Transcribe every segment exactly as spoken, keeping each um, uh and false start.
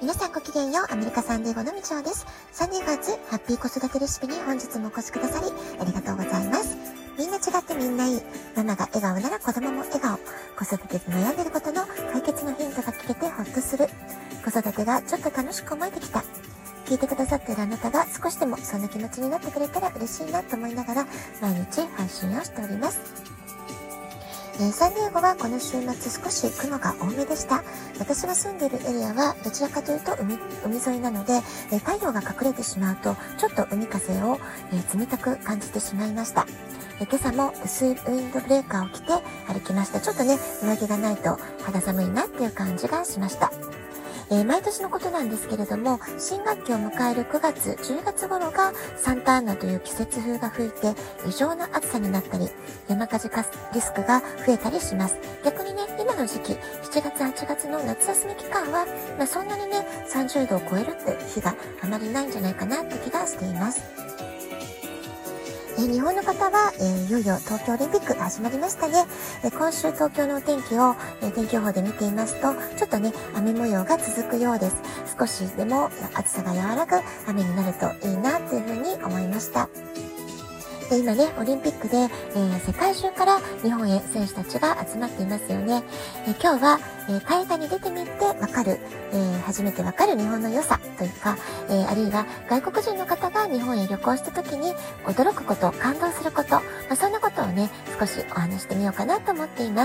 皆さんごきげんよう。アメリカサンディエゴのみちおです。サンディエゴ発ハッピー子育てレシピに本日もお越しくださりありがとうございます。みんな違ってみんないい。ママが笑顔なら子供も笑顔。子育てで悩んでることの解決のヒントが聞けてほっとする。子育てがちょっと楽しく思えてきた。聞いてくださっているあなたが少しでもそんな気持ちになってくれたら嬉しいなと思いながら毎日配信をしております。えー、サンディエゴはこの週末少し雲が多めでした。私が住んでいるエリアはどちらかというと 海, 海沿いなので、えー、太陽が隠れてしまうとちょっと海風を、えー、冷たく感じてしまいました。えー、今朝も薄いウィンドブレーカーを着て歩きました。ちょっとね上着がないと肌寒いなっていう感じがしました。えー、毎年のことなんですけれども、新学期を迎えるくがつ、じゅうがつ頃がサンタアンナという季節風が吹いて異常な暑さになったり、山火事リスクが増えたりします。逆にね、今の時期、しちがつ、はちがつの夏休み期間は、まあ、そんなにね、さんじゅうどを超えるって日があまりないんじゃないかなって気がしています。えー、日本の方は、えー、いよいよ東京オリンピック始まりましたね。えー、今週東京のお天気を、えー、天気予報で見ていますと、ちょっとね、雨模様が続くようです。少しでも暑さが和らぐ雨になるといいなというふうに思いました。で今ね、オリンピックで、えー、世界中から日本へ選手たちが集まっていますよね。えー、今日は、えー、海外に出てみてわかる、えー、初めてわかる日本の良さというか、えー、あるいは外国人の方が日本へ旅行した時に驚くこと、感動すること、まあ、そんなことをね、少しお話してみようかなと思っています。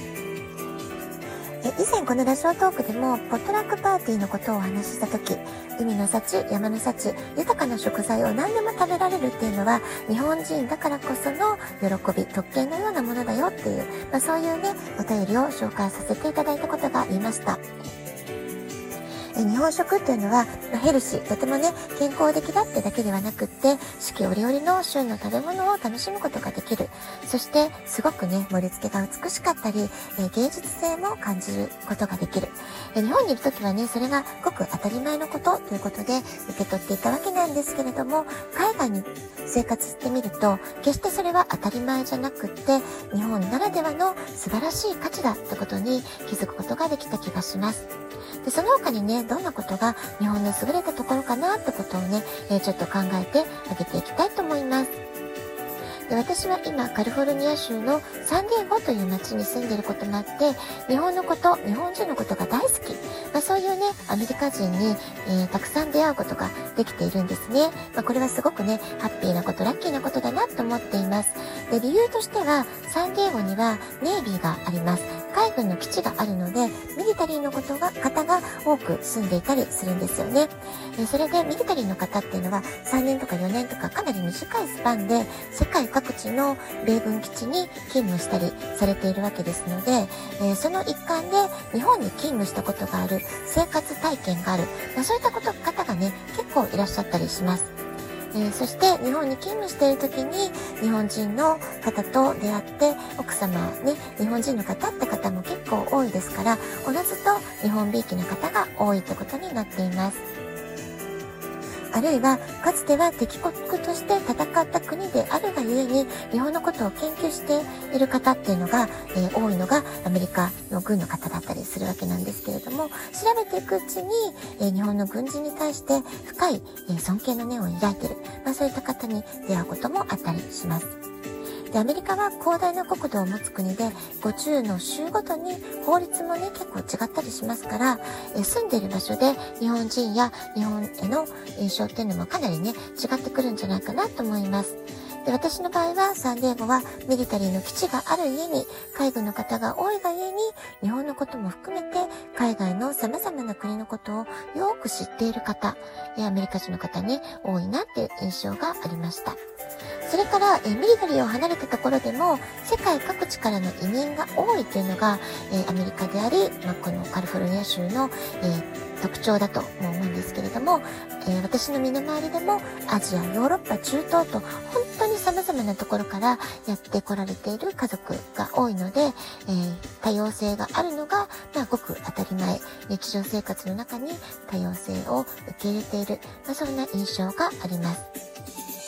え以前このラジオトークでもポットラックパーティーのことをお話しした時、海の幸、山の幸、豊かな食材を何でも食べられるっていうのは日本人だからこその喜び、特権のようなものだよっていう、まあ、そういうねお便りを紹介させていただいたことがありました。え日本食っていうのはヘルシー、とてもね健康的だってだけではなくって、四季折々の旬の食べ物を楽しむことができる。そしてすごくね盛り付けが美しかったり、え芸術性も感じることができる。え日本にいるときはねそれがごく当たり前のことということで受け取っていたわけなんですけれども、海外に生活してみると決してそれは当たり前じゃなくって、日本ならではの素晴らしい価値だってことに気づくことができた気がします。でその他にね、どんなことが日本の優れたところかなってことをね、えー、ちょっと考えてあげていきたいと思います。で私は今カリフォルニア州のサンディエゴという町に住んでいることもあって、日本のこと、日本人のことが大好き、まあ、そういうねアメリカ人に、えー、たくさん出会うことができているんですね。まあ、これはすごくねハッピーなこと、ラッキーなことだなと思っています。で理由としては、サンディエゴにはネイビーがあります。海軍の基地があるので、ミリタリーのことが方が多く住んでいたりするんですよね。えそれでミリタリーの方っていうのはさんねんとかよねんとかかなり短いスパンで世界各地の米軍基地に勤務したりされているわけですので、えー、その一環で日本に勤務したことがある、生活体験がある、まあ、そういったこと方がね結構いらっしゃったりします。えー、そして日本に勤務している時に日本人の方と出会って、奥様ね日本人の方って方も結構多いですから、おのずと日本びいきの方が多いということになっています。あるいはかつては敵国として戦った国であるがゆえに日本のことを研究している方っていうのが、えー、多いのがアメリカの軍の方だったりするわけなんですけれども、調べていくうちに、えー、日本の軍人に対して深い、えー、尊敬の念を抱いている、まあ、そういった方に出会うこともあったりします。でアメリカは広大な国土を持つ国で、ごじゅうの州ごとに法律もね結構違ったりしますから、え住んでいる場所で日本人や日本への印象っていうのもかなりね違ってくるんじゃないかなと思います。で私の場合はサンディエゴはミリタリーの基地がある家に海軍の方が多いがゆえに、日本のことも含めて海外の様々な国のことをよく知っている方、アメリカ人の方ね多いなっていう印象がありました。それからえミリタリーを離れたところでも世界各地からの移民が多いというのが、えー、アメリカであり、まあ、このカリフォルニア州の、えー、特徴だとも思うんですけれども、えー、私の身の回りでもアジア、ヨーロッパ、中東と本当に様々なところからやってこられている家族が多いので、えー、多様性があるのが、まあ、ごく当たり前、日常生活の中に多様性を受け入れている、まあ、そんな印象があります。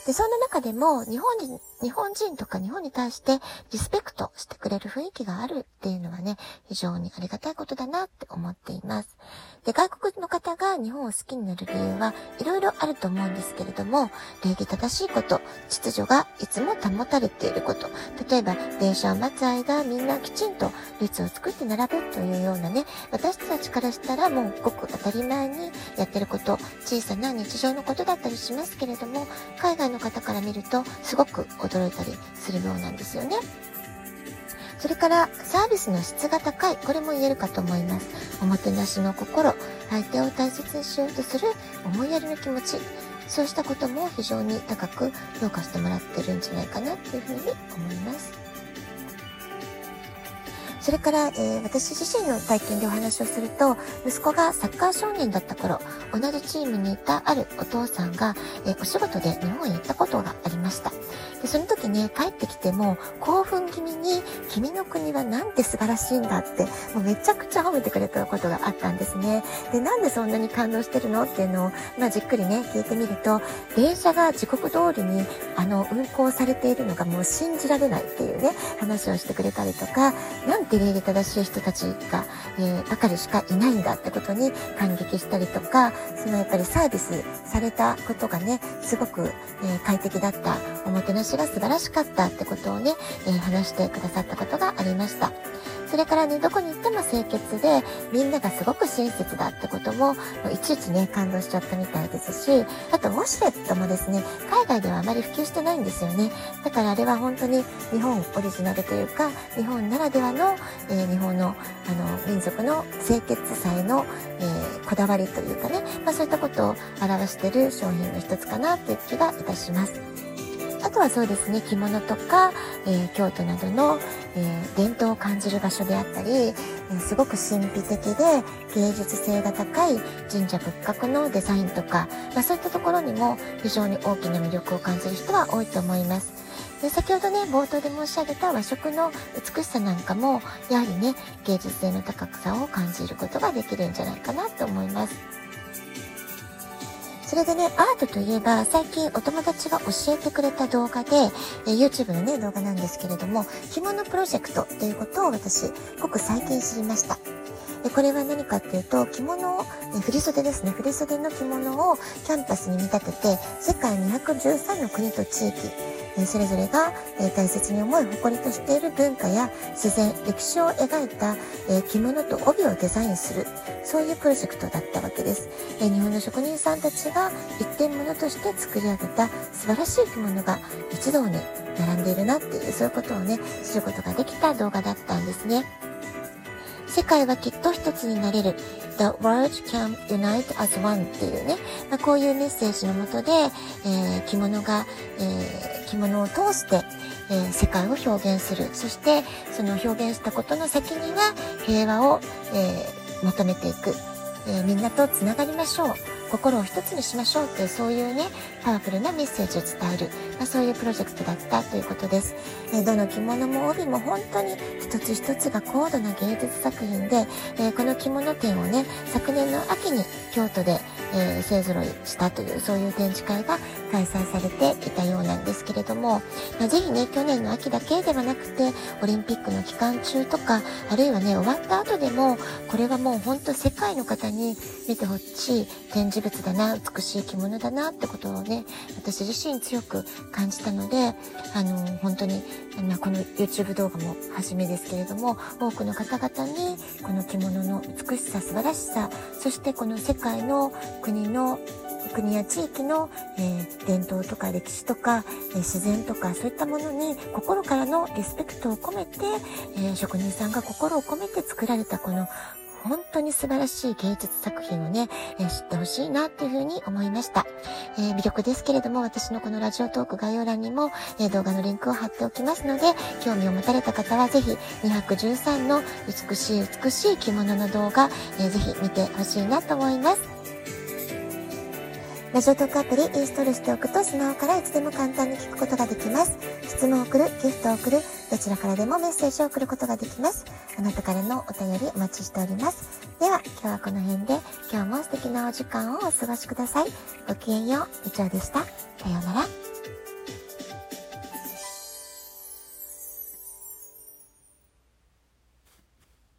で、そんな中でも日本人、日本人とか日本に対してリスペクトしてくれる雰囲気があるっていうのはね、非常にありがたいことだなって思っています。で、外国の方が日本を好きになる理由はいろいろあると思うんですけれども、礼儀正しいこと、秩序がいつも保たれていること、例えば電車を待つ間みんなきちんと列を作って並ぶというようなね、私たちからしたらもうごく当たり前にやってること、小さな日常のことだったりしますけれども、海外の方から見るとすごく驚いたりするようなんですよね。それからサービスの質が高い、これも言えるかと思います。おもてなしの心、相手を大切にしようとする思いやりの気持ち、そうしたことも非常に高く評価してもらってるんじゃないかなというふうに思います。それから、えー、私自身の体験でお話をすると、息子がサッカー少年だった頃、同じチームにいたあるお父さんが、えー、お仕事で日本へ行ったことがありました。で、その時ね、帰ってきても興奮気味に、君の国はなんて素晴らしいんだって、もうめちゃくちゃ褒めてくれたことがあったんですね。で、なんでそんなに感動してるのっていうのを、まあ、じっくりね、聞いてみると、電車が時刻通りに、あの、運行されているのがもう信じられないっていうね、話をしてくれたりとか、なんて礼儀正しい人たちが、えー、ばかりしかいないんだってことに感激したりとか、そのやっぱりサービスされたことがね、すごく、えー、快適だった、おもてなしが素晴らしかったってことをね、えー、話してくださったことがありました。それからね、どこに行っても清潔で、みんながすごく親切だってことも、いちいちね、感動しちゃったみたいですし、あとウォシュレットもですね、海外ではあまり普及してないんですよね。だからあれは本当に日本オリジナルというか、日本ならではの、えー、日本の、あの、民族の清潔さへの、えー、こだわりというかね、まあそういったことを表している商品の一つかなという気がいたします。あとはそうですね、着物とか、えー、京都などの、えー、伝統を感じる場所であったり、えー、すごく神秘的で芸術性が高い神社仏閣のデザインとか、まあ、そういったところにも非常に大きな魅力を感じる人は多いと思います。で、先ほどね、冒頭で申し上げた和食の美しさなんかも、やはりね、芸術性の高さを感じることができるんじゃないかなと思います。それでね、アートといえば、最近お友達が教えてくれた動画で、えー、YouTube のね、動画なんですけれども、着物プロジェクトということを私、ごく最近知りました。で、これは何かっていうと、着物を、え振り袖ですね、振り袖の着物をキャンパスに見立てて、世界にひゃくじゅうさんの国と地域、えー、それぞれが、えー、大切に思い誇りとしている文化や自然、歴史を描いた、えー、着物と帯をデザインする、そういうプロジェクトだったわけです。えー、日本の職人さんたちが一点物として作り上げた素晴らしい着物が一堂に並んでいるなっていう、そういうことをね、知ることができた動画だったんですね。世界はきっと一つになれる。The world can unite as one っていうね、まあ、こういうメッセージのもとで、えー、着物が、えー、着物を通して、えー、世界を表現する。そしてその表現したことの先には平和を、えー、求めていく、えー、みんなとつながりましょう、心を一つにしましょうっていう、そういうね、パワフルなメッセージを伝える、まあ、そういうプロジェクトだったということです。えー、どの着物も帯も本当に一つ一つが高度な芸術作品で、えー、この着物展をね、昨年の秋に京都で、えー、勢揃いしたという、そういう展示会が開催されていたようなんですけれども、まあ、ぜひね、去年の秋だけではなくて、オリンピックの期間中とか、あるいはね、終わった後でも、これはもう本当世界の方に見てほしい展示物だな、美しい着物だなってことをね、私自身強く感じたので、あの本当に、まあ、この YouTube 動画も初めですけれども、多くの方々にこの着物の美しさ、素晴らしさ、そしてこの世界の国の国や地域の、えー、伝統とか歴史とか、えー、自然とか、そういったものに心からのリスペクトを込めて、えー、職人さんが心を込めて作られたこの本当に素晴らしい芸術作品をね、えー、知ってほしいなっていうふうに思いました。えー、魅力ですけれども、私のこのラジオトーク概要欄にも、えー、動画のリンクを貼っておきますので、興味を持たれた方はぜひにひゃくじゅうさんの美しい美しい着物の動画、えー、ぜひ見てほしいなと思います。ラジオトークアプリインストールしておくと、スマホからいつでも簡単に聞くことができます。質問を送る、ギフトを送る、どちらからでもメッセージを送ることができます。あなたからのお便りお待ちしております。では、今日はこの辺で、今日も素敵なお時間をお過ごしください。ごきげんよう、みちおでした。さようなら。